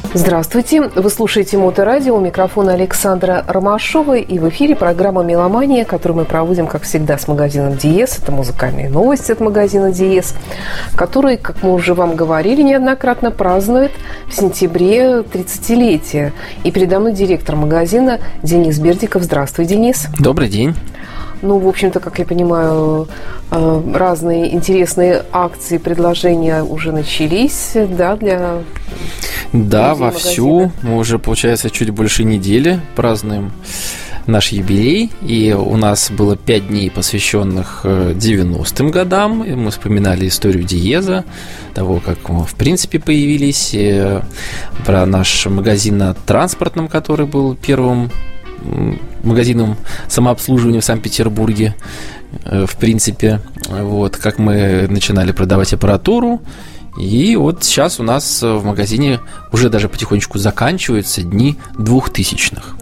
Здравствуйте. Вы слушаете Моторадио. У микрофона Александра Ромашова. И в эфире программа «Меломания», которую мы проводим, как всегда, с магазином «Диез». Это музыкальные новости от магазина «Диез», который, как мы уже вам говорили неоднократно, празднует в сентябре 30-летие. И передо мной директор магазина Денис Бердиков. Здравствуй, Денис. Добрый день. Ну, в общем-то, как я понимаю, разные интересные акции, предложения уже начались, да, для... Да, вовсю. Мы уже, получается, чуть больше недели празднуем наш юбилей. И у нас было 5 дней, посвященных 90-м годам. И мы вспоминали историю Диеза, того, как мы, в принципе, появились, про наш магазин на Транспортном, который был первым магазином самообслуживания в Санкт-Петербурге, в принципе. Вот, как мы начинали продавать аппаратуру. И вот сейчас у нас в магазине уже даже потихонечку заканчиваются дни 2000-х.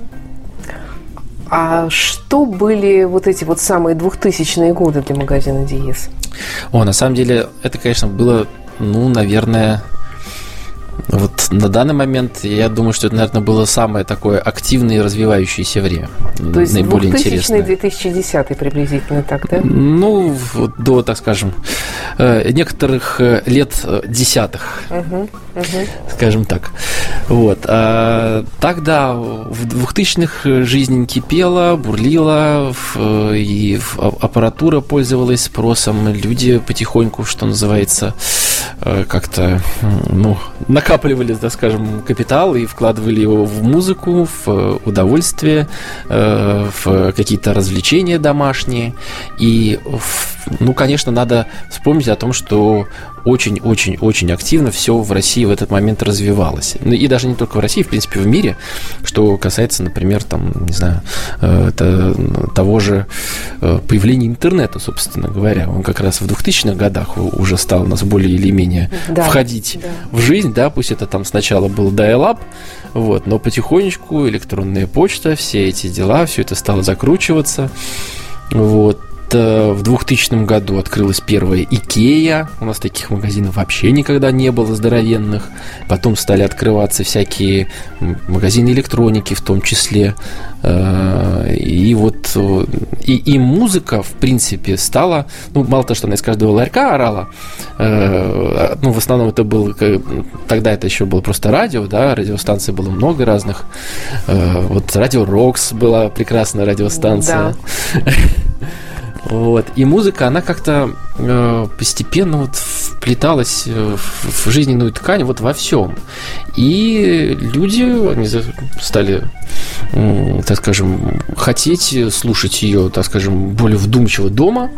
А что были вот эти вот самые 2000-е годы для магазина «Диез»? На самом деле, это, конечно, было, наверное... Вот на данный момент, я думаю, что это, наверное, было самое такое активное и развивающееся время. То есть наиболее 2000-2010 приблизительно так, да? Вот до, так скажем, некоторых лет десятых, скажем так. Вот. А тогда в 2000-х жизнь кипела, бурлила, и аппаратура пользовалась спросом. Люди потихоньку, что называется, как-то, накапливали, так скажем, капитал и вкладывали его в музыку, в удовольствие, в какие-то развлечения домашние. И, конечно, надо вспомнить о том, что очень-очень-очень активно все в России в этот момент развивалось. И даже не только в России, в принципе, в мире, что касается, например, того же появления интернета, собственно говоря. Он как раз в 2000-х годах уже стал у нас более или менее входить в жизнь, да, пусть это там сначала был dial-up, но потихонечку электронная почта, все эти дела, все это стало закручиваться. В 2000 году открылась первая Икея. У нас таких магазинов вообще никогда не было, здоровенных. Потом стали открываться всякие магазины электроники, в том числе. И музыка, в принципе, стала... мало того, что она из каждого ларька орала. В основном это был... Тогда это еще было просто радио, да, радиостанций было много разных. Радио Рокс была прекрасная радиостанция. Да. И музыка, она как-то постепенно вплеталась в жизненную ткань во всем. И люди, они стали, так скажем, хотеть слушать ее, так скажем, более вдумчиво дома.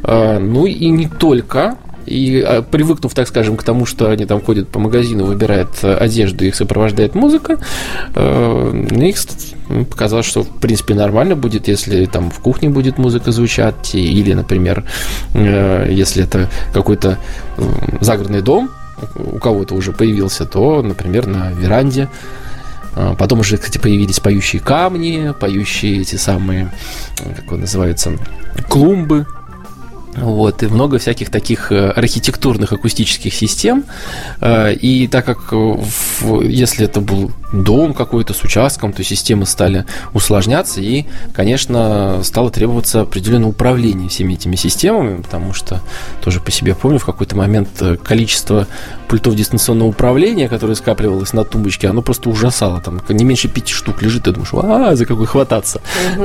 И не только. И привыкнув, так скажем, к тому, что они там ходят по магазину, выбирают одежду, их сопровождает музыка, их показалось, что, в принципе, нормально будет, если там в кухне будет музыка звучать, или, например, если это какой-то загородный дом, у кого-то уже появился, то, например, на веранде. Потом уже, кстати, появились поющие камни, поющие эти самые, как он называется, клумбы. И много всяких таких архитектурных акустических систем. И так как если это был дом какой-то с участком, то системы стали усложняться, и, конечно, стало требоваться определенное управление всеми этими системами, потому что, тоже по себе помню, в какой-то момент количество пультов дистанционного управления, которое скапливалось на тумбочке, оно просто ужасало. Там не меньше 5 штук лежит, и думаешь, за какой хвататься.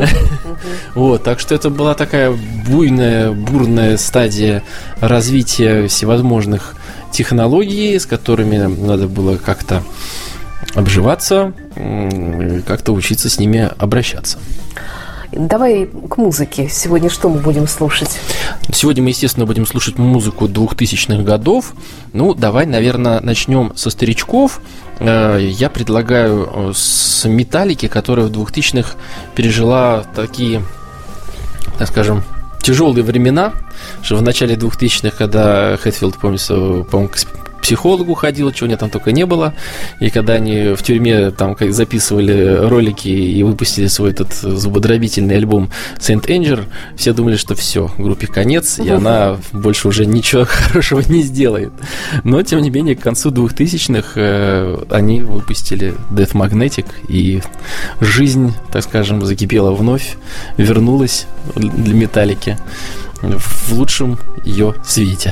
Так что это была такая бурная стадия развития всевозможных технологий, с которыми надо было как-то обживаться, как-то учиться с ними обращаться. Давай к музыке. Сегодня что мы будем слушать? Сегодня мы, естественно, будем слушать музыку 2000-х годов. Давай, наверное, начнем со старичков. Я предлагаю с «Металлики», которая в 2000-х пережила такие, так скажем, тяжелые времена, что в начале 2000-х, когда Хэтфилд, по-моему, психологу ходил, чего у него там только не было. И когда они в тюрьме там записывали ролики и выпустили свой этот зубодробительный альбом Saint Anger, все думали, что все, группе конец, и она больше уже ничего хорошего не сделает. Но, тем не менее, к концу 2000-х они выпустили Death Magnetic, и жизнь, так скажем, закипела вновь, вернулась для Металлики в лучшем ее свете.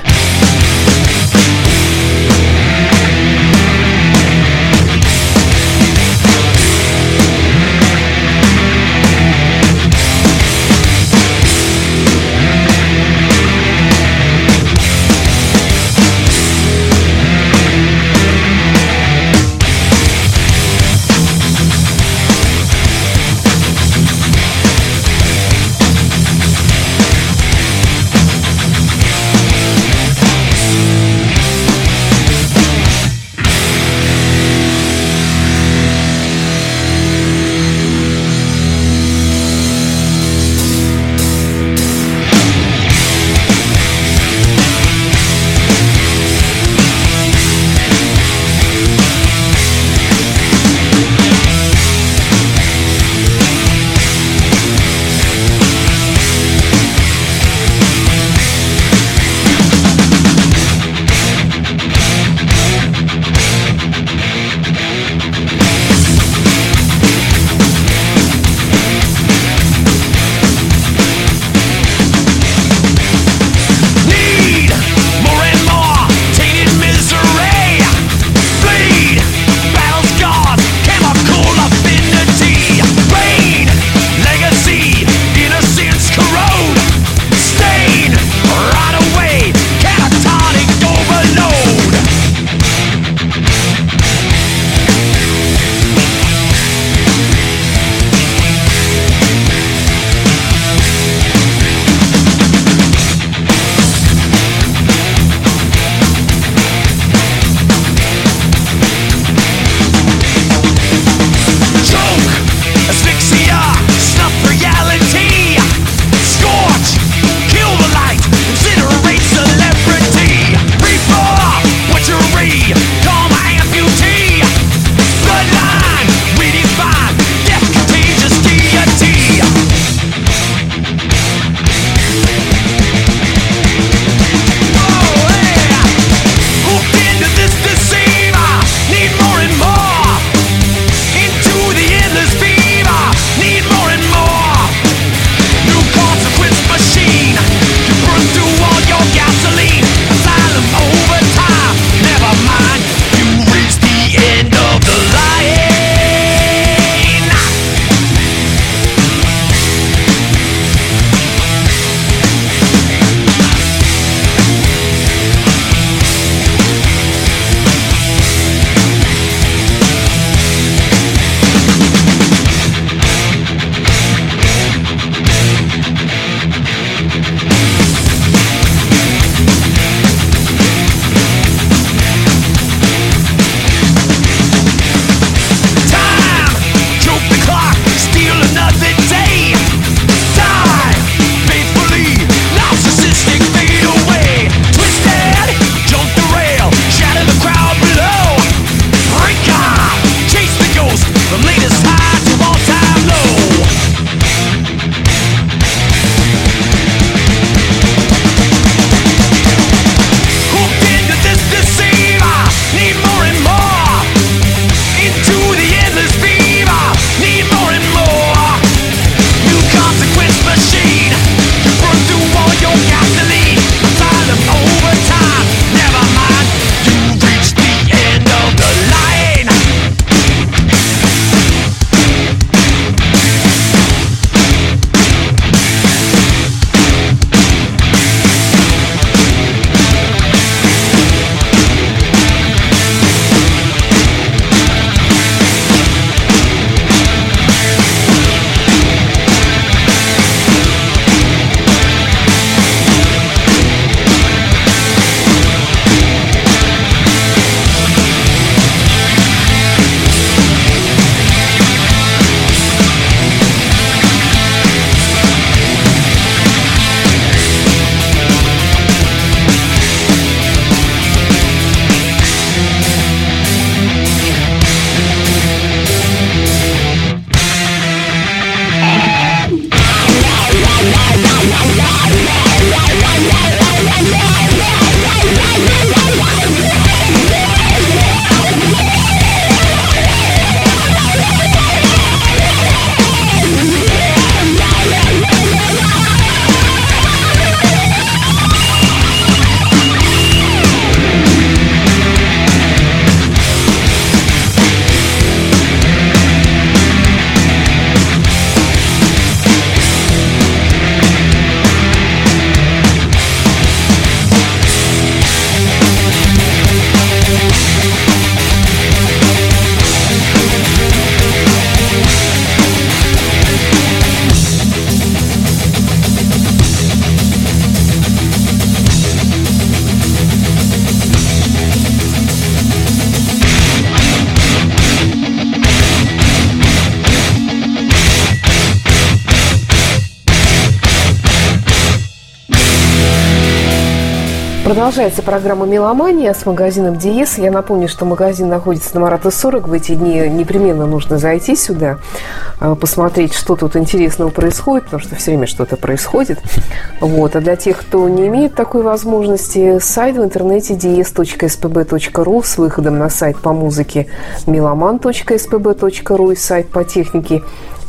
Продолжается программа «Меломания» с магазином «Диез». Я напомню, что магазин находится на Марата 40. В эти дни непременно нужно зайти сюда, посмотреть, что тут интересного происходит, потому что все время что-то происходит. Вот. А для тех, кто не имеет такой возможности, сайт в интернете diez.spb.ru с выходом на сайт по музыке meloman.spb.ru и сайт по технике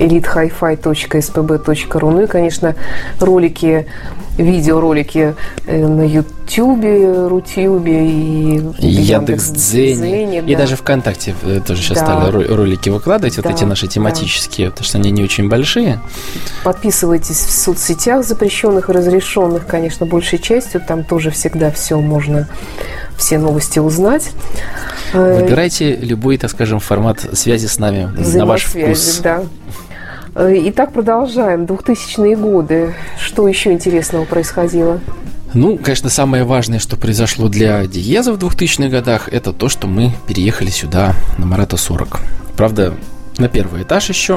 elitehifi.spb.ru. Ну и, конечно, ролики, видеоролики на Ютьюбе, Рутюбе и Яндекс.Дзене. И даже ВКонтакте тоже сейчас стали ролики выкладывать, вот эти наши тематические, потому что они не очень большие. Подписывайтесь в соцсетях запрещенных и разрешенных, конечно, большей частью. Там тоже всегда все можно, все новости узнать. Выбирайте любой, так скажем, формат связи с нами на ваш вкус. Да. Итак, продолжаем. 2000-е годы. Что еще интересного происходило? Ну, конечно, самое важное, что произошло для Диеза в 2000-х годах, это то, что мы переехали сюда, на Марата 40. Правда, на первый этаж еще.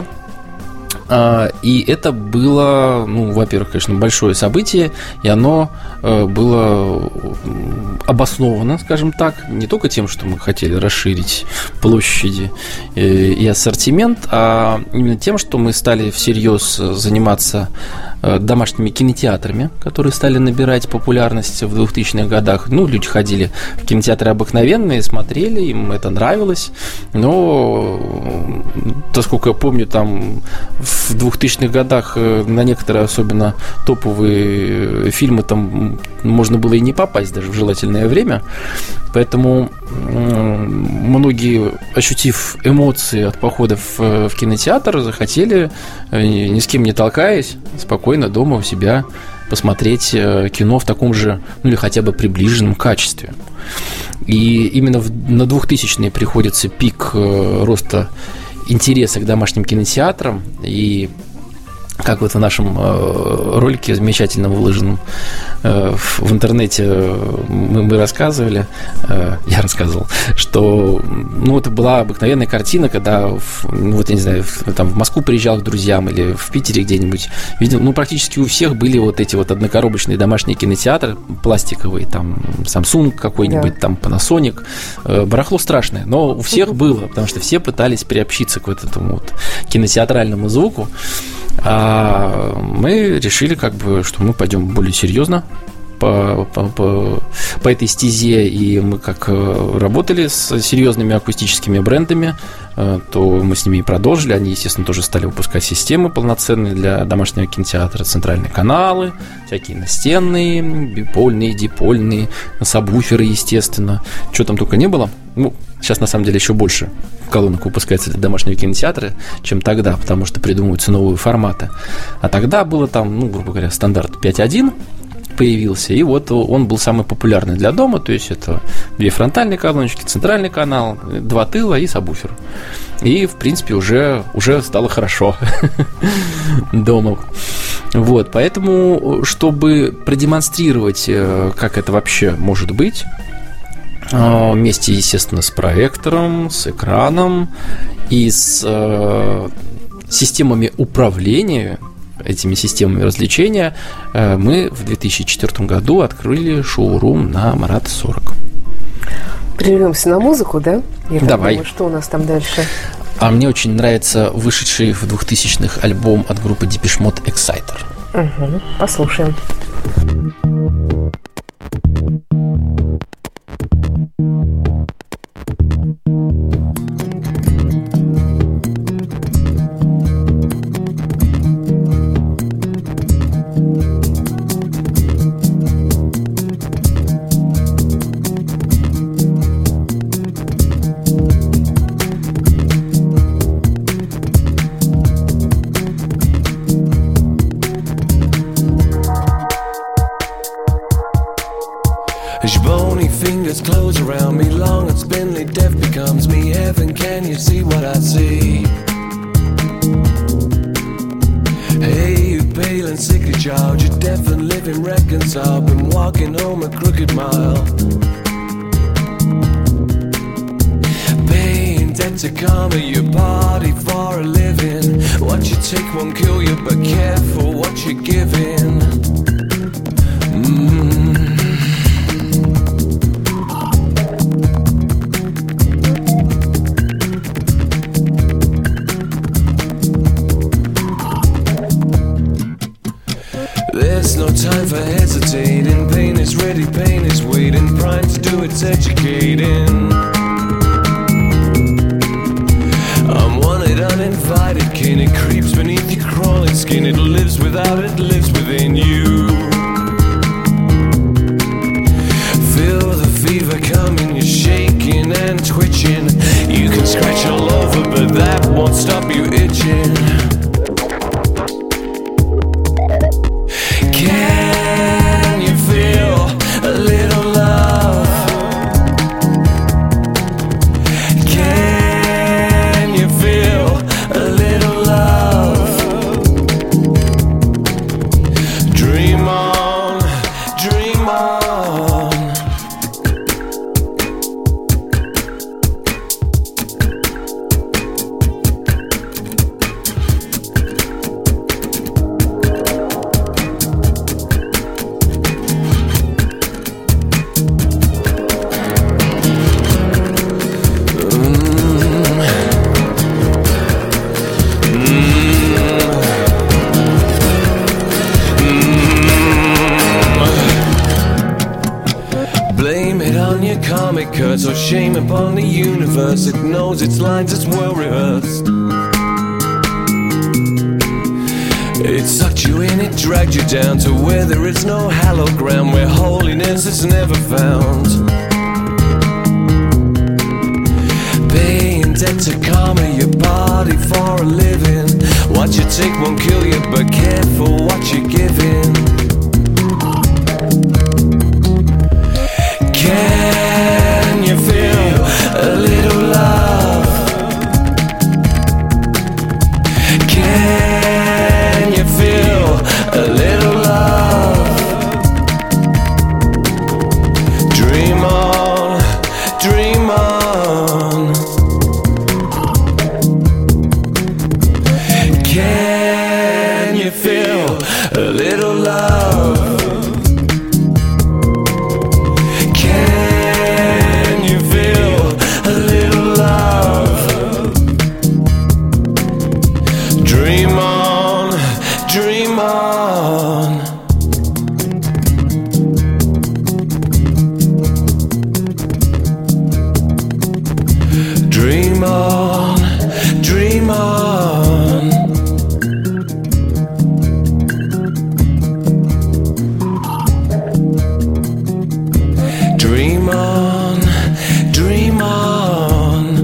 И это было, ну, во-первых, конечно, большое событие, и оно было обосновано, скажем так, не только тем, что мы хотели расширить площади и ассортимент, а именно тем, что мы стали всерьез заниматься домашними кинотеатрами, которые стали набирать популярность в 2000-х годах. Ну, люди ходили в кинотеатры обыкновенные, смотрели, им это нравилось, но, насколько я помню, там в 2000-х годах на некоторые, особенно топовые фильмы, там можно было и не попасть даже в желательное время. Поэтому многие, ощутив эмоции от походов в кинотеатр, захотели, ни с кем не толкаясь, спокойно дома у себя посмотреть кино в таком же, ну или хотя бы приближенном качестве. И именно на 2000-е приходится пик роста интереса к домашним кинотеатрам. И как вот в нашем ролике, замечательно выложенном в интернете, мы рассказывали, я рассказывал, что, ну, это была обыкновенная картина, когда, ну, вот, я не знаю, там в Москву приезжал к друзьям или в Питере где-нибудь, видел, ну, практически у всех были вот эти вот однокоробочные домашние кинотеатры, пластиковые, там, Samsung какой-нибудь, там, Panasonic, барахло страшное, но у всех было, потому что все пытались приобщиться к вот этому вот кинотеатральному звуку. А мы решили, как бы, что мы пойдем более серьезно по этой стезе, и мы как работали с серьезными акустическими брендами, то мы с ними и продолжили. Они, естественно, тоже стали выпускать системы полноценные для домашнего кинотеатра, центральные каналы, всякие настенные, бипольные, дипольные, сабвуферы, естественно. Что там только не было. Ну, сейчас, на самом деле, еще больше колонок выпускается для домашнего кинотеатра, чем тогда, потому что придумываются новые форматы. А тогда было там, ну, грубо говоря, стандарт 5.1 появился, и вот он был самый популярный для дома, то есть это 2 фронтальные колоночки, центральный канал, 2 тыла и сабвуфер. И, в принципе, уже стало хорошо дома. Вот, поэтому, чтобы продемонстрировать, как это вообще может быть, вместе, естественно, с проектором, с экраном и с системами управления, этими системами развлечения, мы в 2004 году открыли шоурум на Марата 40. Прервемся на музыку, да? Давай. Думаю, что у нас там дальше? А мне очень нравится вышедший в 2000-х альбом от группы Depeche Mode Exciter. Угу. Послушаем. As your bony fingers close around me, long and spindly death becomes me. Heaven, can you see what I see? Hey, you pale and sickly child, you're deaf and living reconciled. Been walking home a crooked mile. Paying debt to karma, you party for a living. What you take won't kill you, but careful what you're giving. Already pain is waiting, primed to do its educating. I'm wanted, uninvited kin. It creeps beneath your crawling skin. It lives without, it lives within you. Feel the fever coming, you're shaking and twitching. You can scratch all over, but that won't stop you itching. Can you feel a little love? Can you feel a little love? Dream on, dream on. Blame it on your comic cuts or shame upon the universe. It knows its lines, it's well rehearsed. It sucked you in, it dragged you down to where there is no hallowed ground, where holiness is never found. Paying debt to karma, your body for a living. What you take won't kill you, but careful what you're giving. Can you feel a little love? Can you feel a little love? Dream on, dream on. Can you feel a little love? Can you feel a little love? Dream on, dream on. Dream on, dream on. Dream on, dream on.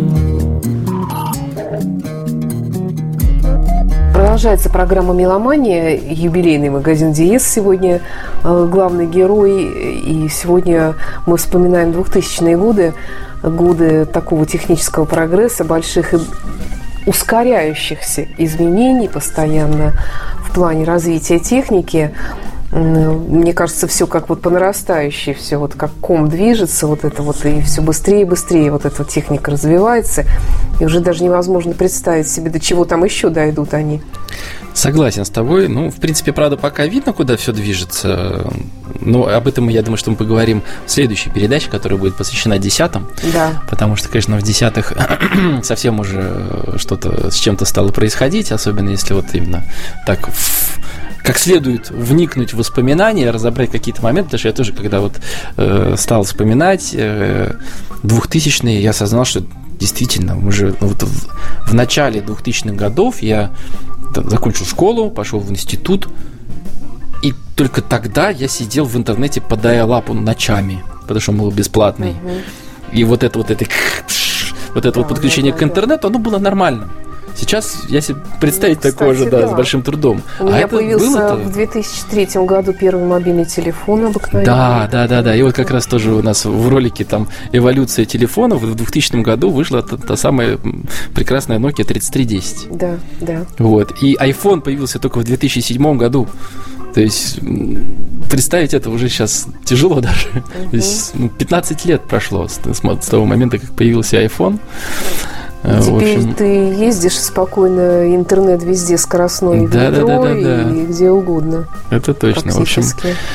Продолжается программа «Меломания», юбилейный магазин «Диез». Сегодня главный герой. И сегодня мы вспоминаем 2000-е годы, годы такого технического прогресса, больших и ускоряющихся изменений постоянно в плане развития техники. Мне кажется, все как вот по нарастающей, все вот как ком движется, вот это вот, и все быстрее и быстрее вот эта вот техника развивается, и уже даже невозможно представить себе, до чего там еще дойдут они. Согласен с тобой. Ну, в принципе, правда, пока видно, куда все движется. Но об этом, я думаю, что мы поговорим в следующей передаче, которая будет посвящена 10-м. Да. Потому что, конечно, в 10-х совсем уже что-то с чем-то стало происходить, особенно если вот именно так как следует вникнуть в воспоминания, разобрать какие-то моменты, потому что я тоже, когда вот стал вспоминать 2000-е, я осознал, что действительно уже вот в начале 2000-х годов я закончил школу, пошел в институт, и только тогда я сидел в интернете по dial-up ночами, потому что он был бесплатный. И вот это подключение к интернету, оно было нормальным. Сейчас я себе представить такое же, да, с большим трудом. У меня появился в 2003 году первый мобильный телефон обыкновенный. Да. И вот как раз тоже у нас в ролике там «Эволюция телефонов» в 2000 году вышла та самая прекрасная Nokia 3310. Да. Вот. И iPhone появился только в 2007 году. То есть представить это уже сейчас тяжело даже. То есть 15 лет прошло с того момента, как появился iPhone. Теперь ты ездишь спокойно, интернет везде скоростной, в метро и где угодно. Это точно. В общем,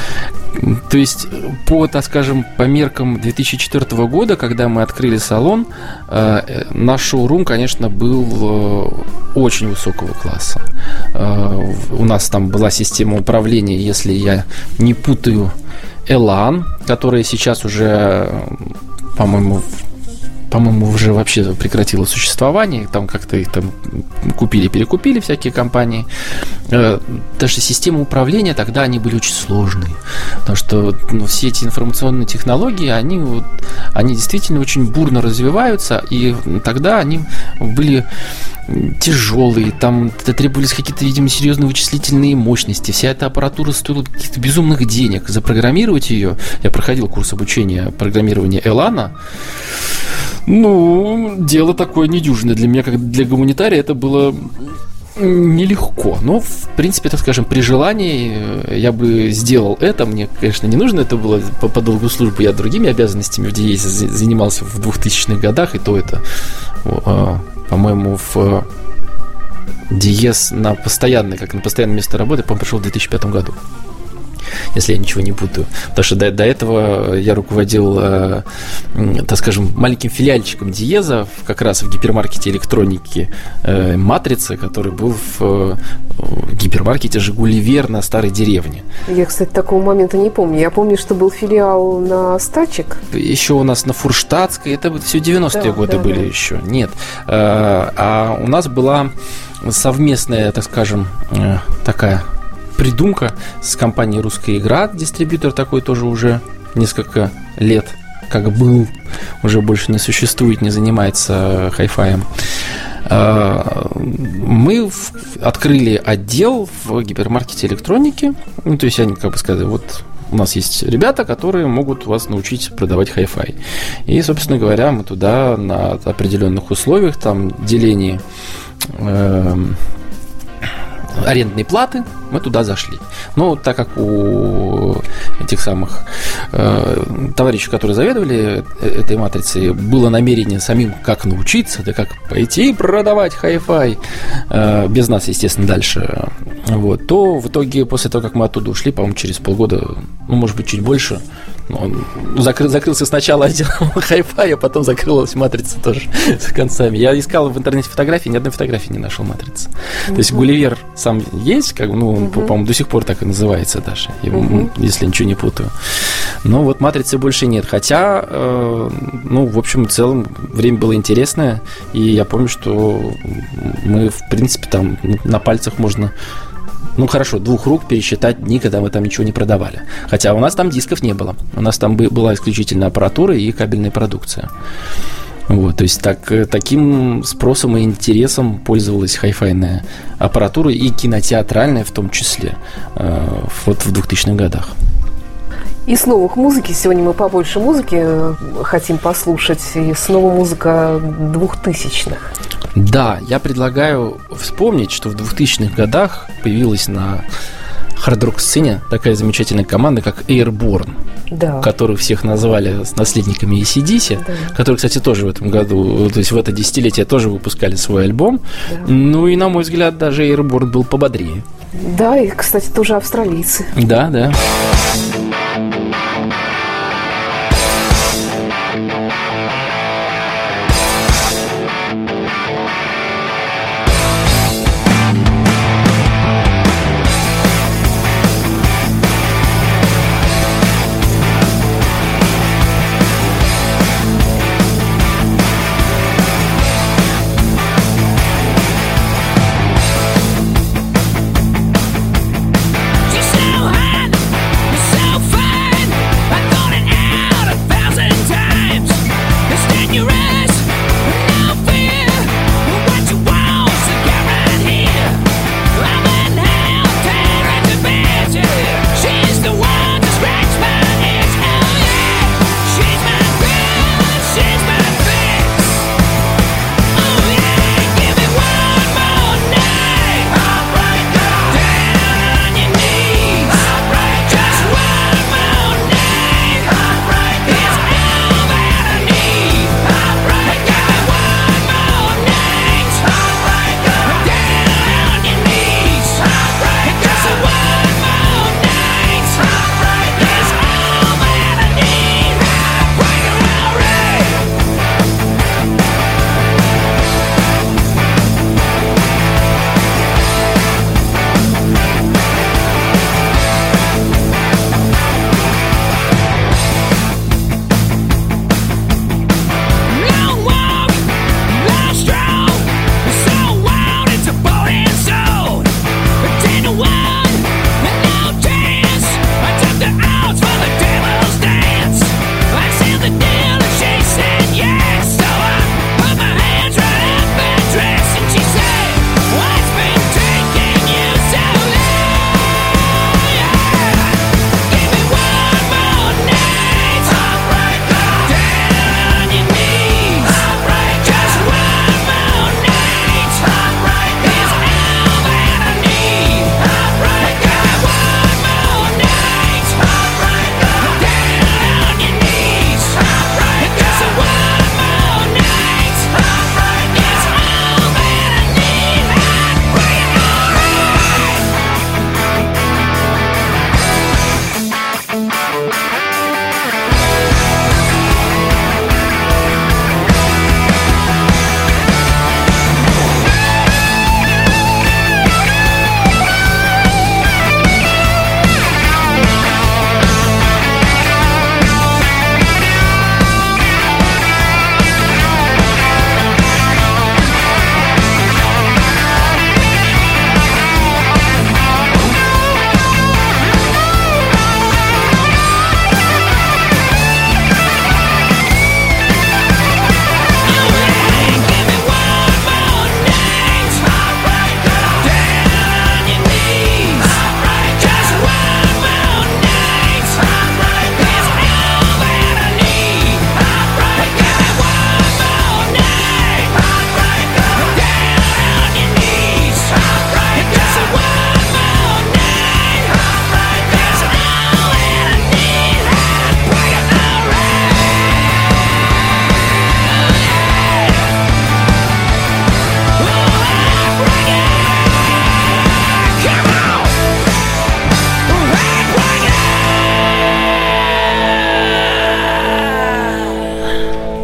то есть так скажем, по меркам 2004 года, когда мы открыли салон, наш шоурум, конечно, был очень высокого класса. У нас там была система управления, если я не путаю, Elan, которая сейчас уже, по-моему, уже вообще прекратила существование. Там как-то их там купили-перекупили всякие компании. Даже системы управления тогда они были очень сложные. Потому что все эти информационные технологии, они действительно очень бурно развиваются. И тогда они были тяжелые, там требовались какие-то, видимо, серьезные вычислительные мощности. Вся эта аппаратура стоила каких-то безумных денег. Запрограммировать ее, я проходил курс обучения программирования Elan. Дело такое недюжинное. Для меня, как для гуманитария, это было нелегко. Но, в принципе, так скажем, при желании я бы сделал это. Мне, конечно, не нужно это было по долгу службы. Я другими обязанностями в ДИЕС занимался в 2000-х годах, и то это, по-моему, в ДИЕС на постоянное место работы, по-моему, пришел в 2005 году. Если я ничего не путаю. Потому что до этого я руководил, так скажем, маленьким филиальчиком ДИЕСа, как раз в гипермаркете электроники «Матрица», который был в гипермаркете «Жигуливер» на Старой деревне. Я, кстати, такого момента не помню. Я помню, что был филиал на Стачек. Еще у нас на Фурштадтской. Это все 90-е годы были еще. Нет. А у нас была совместная, так скажем, такая придумка с компанией «Русская игра», дистрибьютор такой тоже уже несколько лет, как был, уже больше не существует, не занимается хай-фаем. Мы открыли отдел в гипермаркете электроники. То есть они как бы сказали, вот у нас есть ребята, которые могут вас научить продавать хай-фай. И, собственно говоря, мы туда на определенных условиях, там, делении арендной платы, мы туда зашли. Но так как у этих самых товарищей, которые заведовали этой матрицей, было намерение самим как научиться, да как пойти продавать хай-фай, без нас, естественно, дальше, то в итоге после того, как мы оттуда ушли, по-моему, через полгода, может быть, чуть больше, закрылся сначала отдел хай-фай, а потом закрылась матрица тоже с концами. Я искал в интернете фотографии, ни одной фотографии не нашел матрицы. То есть Гулливер сам есть, он, по-моему, до сих пор так и называется даже, если ничего не путаю. Но вот матрицы больше нет. Хотя, в общем и целом, время было интересное, и я помню, что мы, в принципе, там на пальцах можно... хорошо, 2 рук пересчитать дни, когда мы там ничего не продавали. Хотя у нас там дисков не было. У нас там была исключительно аппаратура и кабельная продукция. То есть таким спросом и интересом пользовалась хай-файная аппаратура и кинотеатральная в том числе в 2000-х годах. Из новых музыки, сегодня мы побольше музыки хотим послушать, и снова музыка 2000-х. Да, я предлагаю вспомнить, что в 2000-х годах появилась на хард-рок-сцене такая замечательная команда, как Airborne, которых всех назвали наследниками AC/DC, которые, кстати, тоже в этом году, то есть в это десятилетие тоже выпускали свой альбом. И, на мой взгляд, даже Airborne был пободрее. Да, и, кстати, тоже австралийцы. Да. So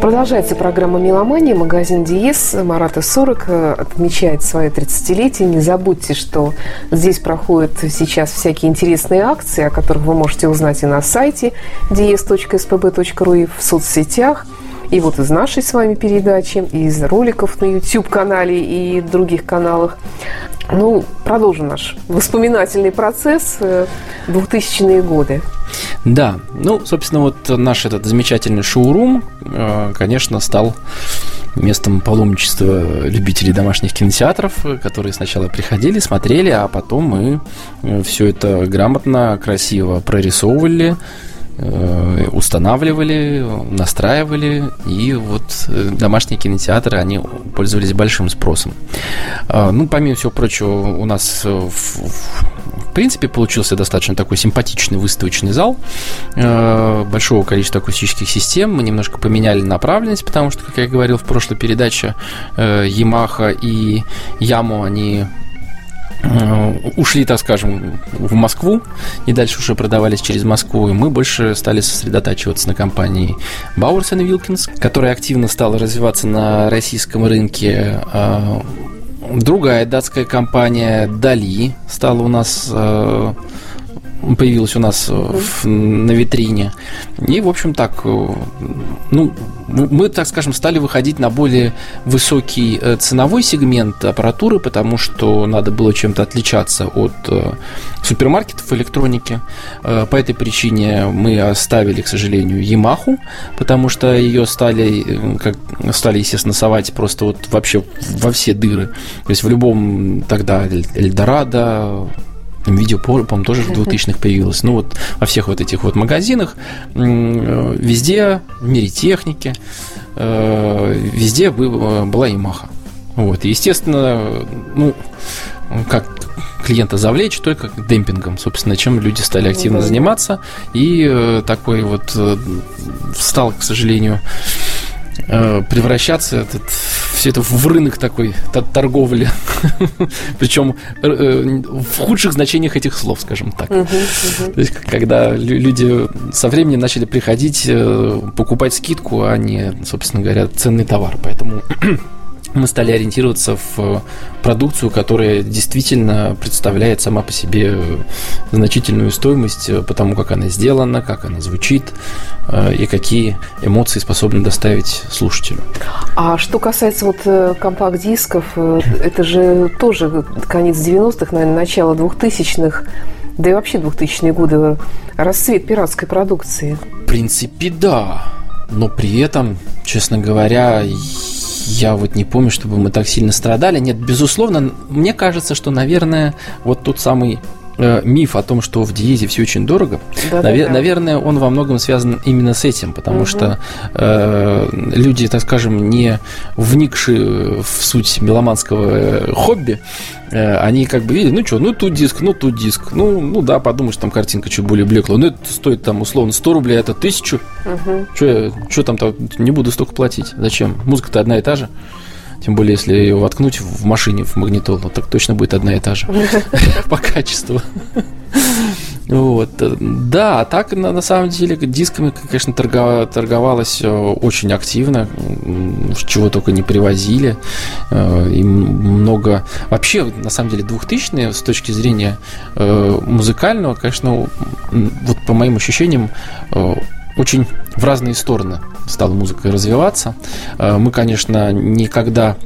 Продолжается программа «Меломания». Магазин «Диез». Марата 40 отмечает свое 30-летие. Не забудьте, что здесь проходят сейчас всякие интересные акции, о которых вы можете узнать и на сайте diez.spb.ru, и в соцсетях. И вот из нашей с вами передачи, и из роликов на YouTube-канале и других каналах. Ну, продолжим наш воспоминательный процесс 2000-е годы. Да, ну, собственно, вот наш этот замечательный шоурум, конечно, стал местом паломничества любителей домашних кинотеатров, которые сначала приходили, смотрели, а потом мы все это грамотно, красиво прорисовывали, устанавливали, настраивали, и вот домашние кинотеатры, они пользовались большим спросом. Ну, помимо всего прочего, у нас в принципе получился достаточно такой симпатичный выставочный зал большого количества акустических систем. Мы немножко поменяли направленность, потому что, как я говорил в прошлой передаче, Yamaha и Ямо, они ушли, так скажем, в Москву и дальше уже продавались через Москву, и мы больше стали сосредотачиваться на компании Bowers & Wilkins, которая активно стала развиваться на российском рынке. Другая датская компания Dali стала у нас, появилась у нас на витрине. И, в общем, так, ну, мы, так скажем, стали выходить на более высокий ценовой сегмент аппаратуры, потому что надо было чем-то отличаться от супермаркетов электроники. По этой причине мы оставили, к сожалению, Yamaha, потому что ее стали, естественно, совать просто вот вообще во все дыры. То есть в любом тогда Эльдорадо, Видео, по-моему, тоже в 2000-х появилось. Ну, вот во всех вот этих вот магазинах, везде, в мире техники, везде была Yamaha. Вот. И, естественно, ну, как клиента завлечь, только демпингом, собственно, чем люди стали активно заниматься. И такой вот стал, к сожалению, превращаться все это в рынок такой торговли, причем в худших значениях этих слов, скажем так. То есть, когда люди со временем начали приходить, покупать скидку, а не, собственно говоря, ценный товар. Поэтому мы стали ориентироваться в продукцию, которая действительно представляет сама по себе значительную стоимость по тому, как она сделана, как она звучит и какие эмоции способны доставить слушателю. А что касается вот компакт-дисков, это же тоже конец 90-х, наверное, начало 2000-х, да и вообще 2000-е годы, расцвет пиратской продукции. В принципе, да. Но при этом, честно говоря, я вот не помню, чтобы мы так сильно страдали. Нет, безусловно, мне кажется, что, наверное, вот тот самый миф о том, что в Диезе все очень дорого, наверное, он во многом связан именно с этим, потому что люди, так скажем, не вникшие в суть меломанского хобби, они как бы видят, ну что, тут диск, ну да, подумаешь, там картинка чуть более блеклая, ну это стоит там условно 100 рублей, это 1000, что там не буду столько платить, зачем, музыка-то одна и та же. Тем более, если ее воткнуть в машине, в магнитолу, так точно будет одна и та же по качеству. Вот. Да, а так, на самом деле, дисками, конечно, торговалось очень активно, чего только не привозили. И много... Вообще, на самом деле, 2000-е, с точки зрения музыкального, конечно, вот по моим ощущениям, очень в разные стороны стала музыка развиваться. Мы, конечно, никогда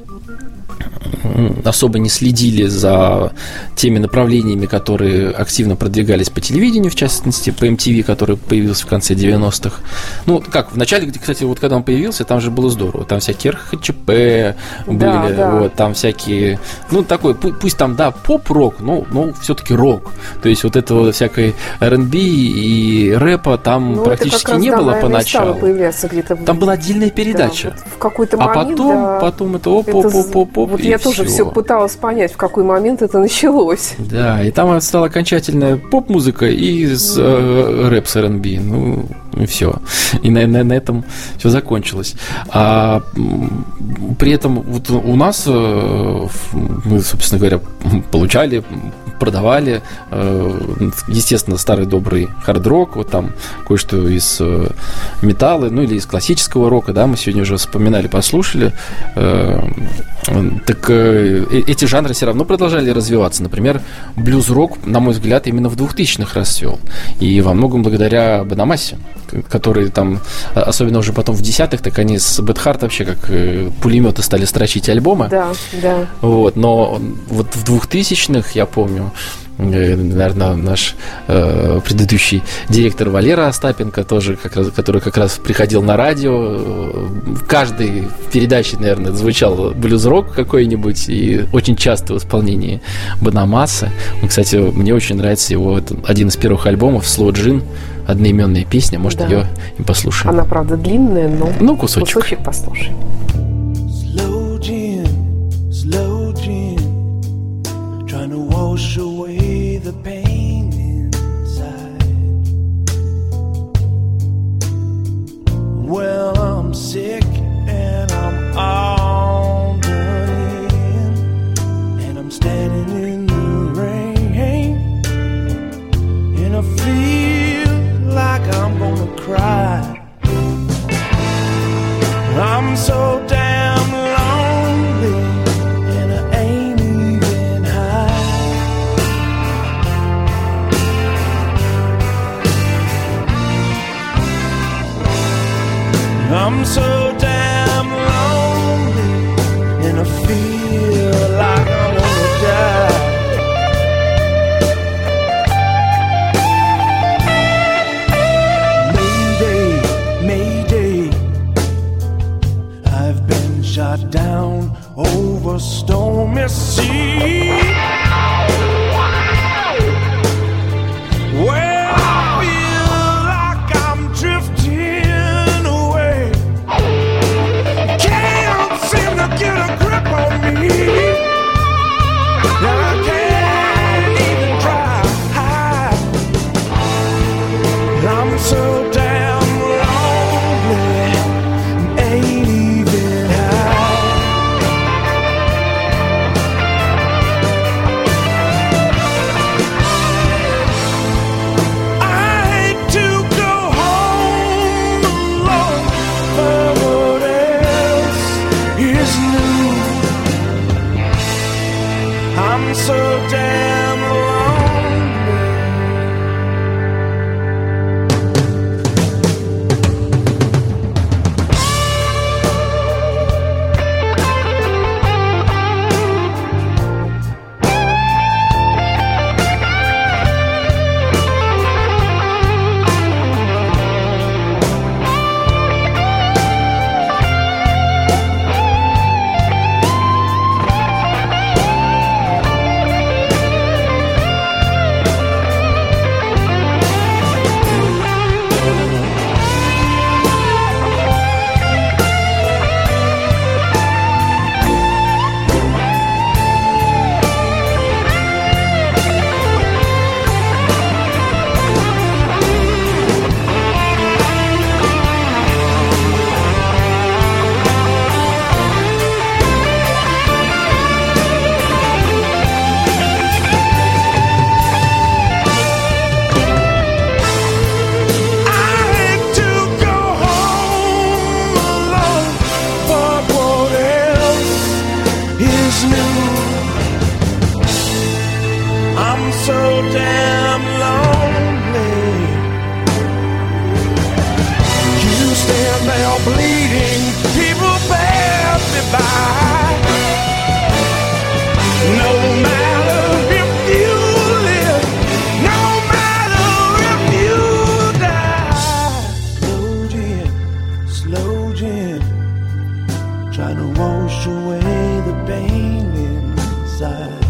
особо не следили за теми направлениями, которые активно продвигались по телевидению, в частности, по MTV, который появился в конце 90-х. Ну, как, в начале, кстати, вот когда он появился, там же было здорово. Там всякие РХЧП были, вот, там всякие, ну, такой, пусть там, да, поп-рок, но все-таки рок. То есть вот этого всякой R&B и рэпа там практически не было поначалу. Там была отдельная передача. Да, вот в какой-то момент, потом это оп-оп-оп-оп. Вот я тоже все пыталась понять, в какой момент это началось. Да, и там стала окончательная поп-музыка и рэп с R&B. Ну, и все. И на этом все закончилось. А при этом вот у нас мы, собственно говоря, получали продавали, естественно, старый добрый хард-рок, вот там кое-что из металла, ну или из классического рока, да, мы сегодня уже вспоминали, послушали. Так эти жанры все равно продолжали развиваться. Например, блюз-рок, на мой взгляд, именно в 2000-х расцвел. И во многом благодаря Банамасе, которые там, особенно уже потом в 10-х, так они с Bad Heart вообще как пулеметы стали строчить альбомы. Да, да. Вот, но вот в 2000-х, я помню, наверное, наш предыдущий директор Валера Остапенко тоже, который как раз приходил на радио, в каждой передаче, наверное, звучал блюз-рок какой-нибудь, и очень часто в исполнении Банамаса. Кстати, мне очень нравится его один из первых альбомов «Slow Gin», одноименная песня, может, ее и послушаем. Она, правда, длинная, но кусочек послушаем. Slow gin, trying to wash away the pain inside. Well, I'm sick and I'm all done in, and I'm standing in the rain, and I feel like I'm gonna cry. I'm so damn lonely, and I ain't even high. I'm so damn lonely, and I feel like I wanna die. Mayday, Mayday, I've been shot down over stormy sea. Well, I feel like I'm drifting away. Can't seem to get a grip on me. Now I can't even try. I'm so damn lonely, ain't even high. I hate to go home alone, but what else is new? I'm so damn lonely. Bleeding, people pass me by. No matter if you live, no matter if you die. Slow gin, trying to wash away the pain inside.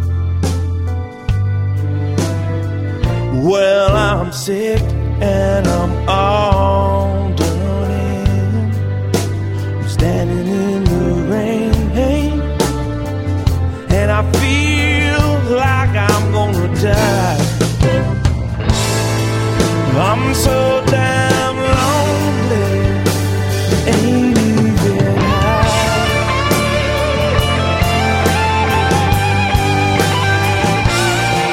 Well, I'm sick and I'm all done in. I'm standing in the rain, and I feel like I'm gonna die. I'm so damn lonely, ain't even high.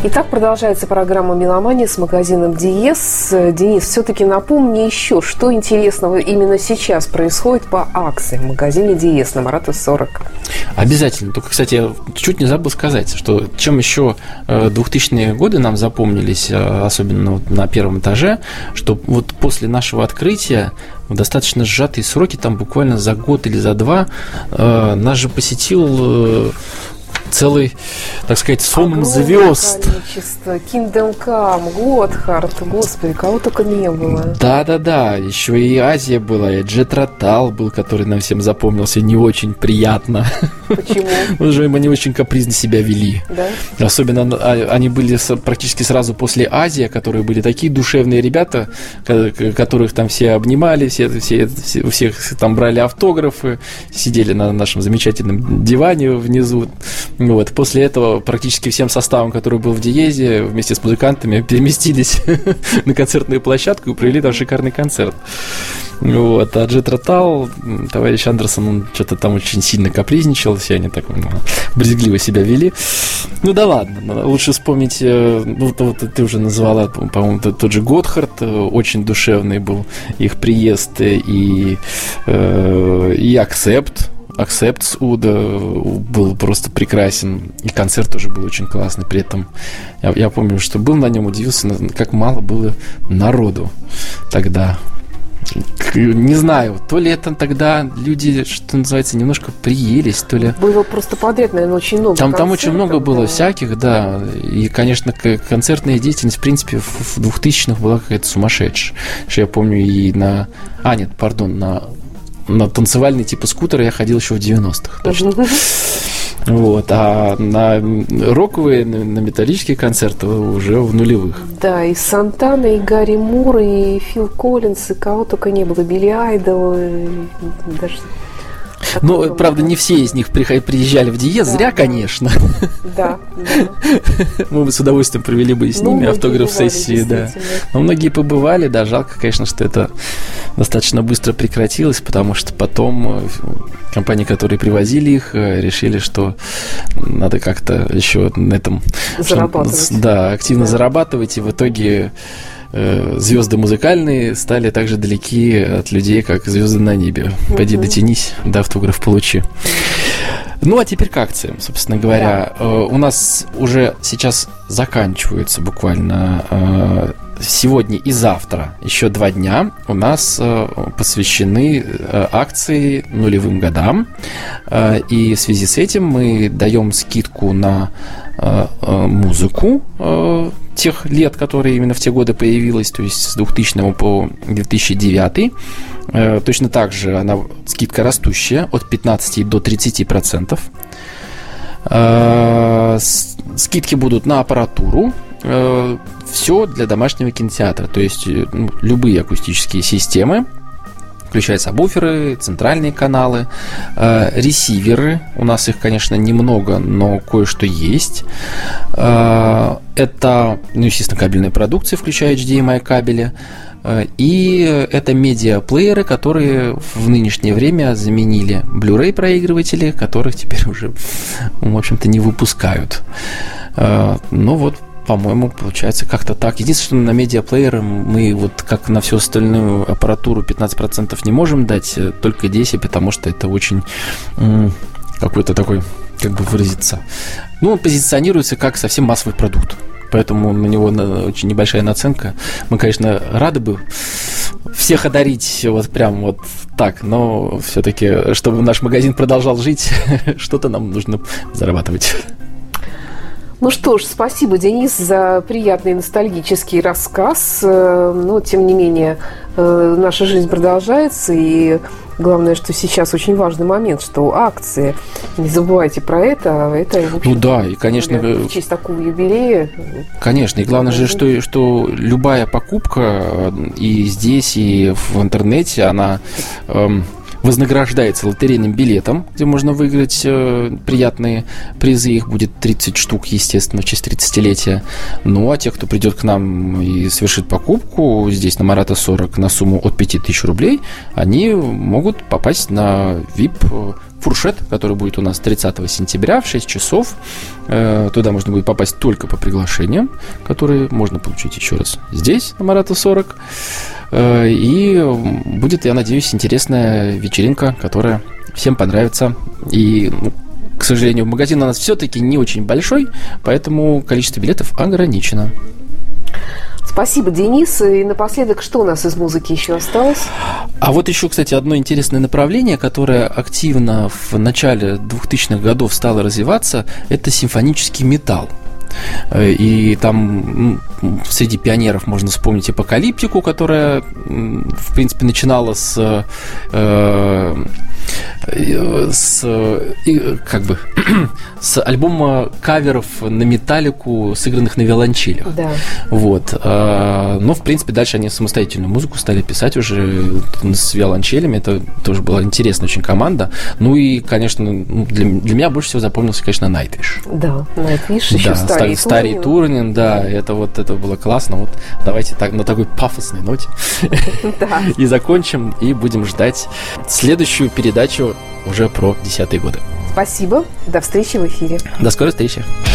Итак, продолжается программа «Меломания» с магазином «Диез». Денис, все-таки напомни еще, что интересного именно сейчас происходит по акции в магазине «Диез» на Марата 40. Обязательно. Только, кстати, я чуть не забыл сказать, что чем еще 2000-е годы нам запомнились, особенно вот на первом этаже, что вот после нашего открытия в достаточно сжатые сроки, там буквально за год или за два, нас же посетил целый, так сказать, сон звезд. Количество. Kingdom Come, Готхард, господи, кого только не было. Да, еще и Азия была, и Джет Ротал был, который нам всем запомнился не очень приятно. Почему? Потому что они очень капризно себя вели. Да? Особенно они были практически сразу после Азии, которые были такие душевные ребята, которых там все обнимали, у всех там брали автографы, сидели на нашем замечательном диване внизу. Вот. После этого практически всем составом, который был в Диезе, вместе с музыкантами переместились на концертную площадку и провели там шикарный концерт. Вот. А Джет Ротал, товарищ Андерсон, он что-то там очень сильно капризничал, все они так брезгливо себя вели. Ну да ладно, лучше вспомнить, ты уже назвала, по-моему, тот же Готхард, очень душевный был их приезд, и Accept с Уда был просто прекрасен. И концерт тоже был очень классный. При этом я помню, что был на нем, удивился, как мало было народу тогда. Не знаю, то ли это тогда люди, что называется, немножко приелись, то ли... Было просто подряд, наверное, очень много Там очень много было всяких, да. И, конечно, концертная деятельность, в принципе, в 2000-х была какая-то сумасшедшая. Что я помню и на танцевальный типа скутера я ходил еще в 90-х. Точно. Вот, а на роковые, на металлические концерты уже в нулевых. Да, и Сантана, и Гарри Мур, и Фил Коллинз, и кого только не было. Билли Айдол, даже... Ну, правда, не все из них приезжали в Диез, зря, конечно. Да. Мы бы с удовольствием провели бы с ними автограф-сессии, да. Но многие побывали, да, жалко, конечно, что это достаточно быстро прекратилось, потому что потом компании, которые привозили их, решили, что надо как-то еще на этом... Зарабатывать. Да, активно зарабатывать, и в итоге... звезды музыкальные стали так же далеки от людей, как звезды на небе. Пойди дотянись, да, автограф получи. Ну, а теперь к акциям, собственно говоря. У нас уже сейчас заканчиваются буквально сегодня и завтра, еще 2 дня у нас посвящены акции нулевым годам. И в связи с этим мы даем скидку на музыку тех лет, которые именно в те годы появилась, то есть с 2000 по 2009. Точно так же она скидка растущая, от 15 до 30%. Скидки будут на аппаратуру. Все для домашнего кинотеатра, то есть любые акустические системы, включая сабвуферы, центральные каналы, ресиверы. У нас их, конечно, немного, но кое-что есть. Это, естественно, кабельная продукция, включая HDMI кабели. И это медиаплееры, которые в нынешнее время заменили Blu-ray проигрыватели, которых теперь уже, в общем-то, не выпускают. Ну вот, по-моему, получается как-то так. Единственное, что на медиаплееры мы вот как на всю остальную аппаратуру 15% не можем дать, только 10%, потому что это очень какой-то такой, как бы выразиться, он позиционируется как совсем массовый продукт. Поэтому на него очень небольшая наценка. Мы, конечно, рады бы всех одарить вот прям вот так, но все-таки, чтобы наш магазин продолжал жить, что-то нам нужно зарабатывать. Ну что ж, спасибо, Денис, за приятный ностальгический рассказ. Но, тем не менее, наша жизнь продолжается, и главное, что сейчас очень важный момент, что акции, не забывайте про это. Это ну да, и, конечно... В честь такого юбилея. Конечно, и главное же, что любая покупка и здесь, и в интернете, она... вознаграждается лотерейным билетом, где можно выиграть приятные призы. Их будет 30 штук, естественно, в честь 30-летия. Ну, а те, кто придет к нам и совершит покупку здесь на Марата 40 на сумму от 5000 рублей, они могут попасть на VIP-фуршет, который будет у нас 30 сентября в 6 часов. Туда можно будет попасть только по приглашениям, которые можно получить еще раз здесь, на Марата 40. И будет, я надеюсь, интересная вечеринка, которая всем понравится. И, к сожалению, магазин у нас все-таки не очень большой, поэтому количество билетов ограничено. Спасибо, Денис. И напоследок, что у нас из музыки еще осталось? А вот еще, кстати, одно интересное направление, которое активно в начале 2000-х годов стало развиваться, это симфонический металл. И там среди пионеров можно вспомнить Апокалиптику, которая, в принципе, начинала с альбома каверов на металлику, сыгранных на виолончелях. Да. Вот. Но, в принципе, дальше они самостоятельную музыку стали писать уже с виолончелями. Это тоже была интересная очень команда. Ну и, конечно, для меня больше всего запомнился, конечно, Nightwish. Да, Nightwish, еще старый Турнин, да, это было классно. Вот давайте на такой пафосной ноте и закончим, и будем ждать следующую передачу уже про 10-е годы. Спасибо. До встречи в эфире. До скорой встречи.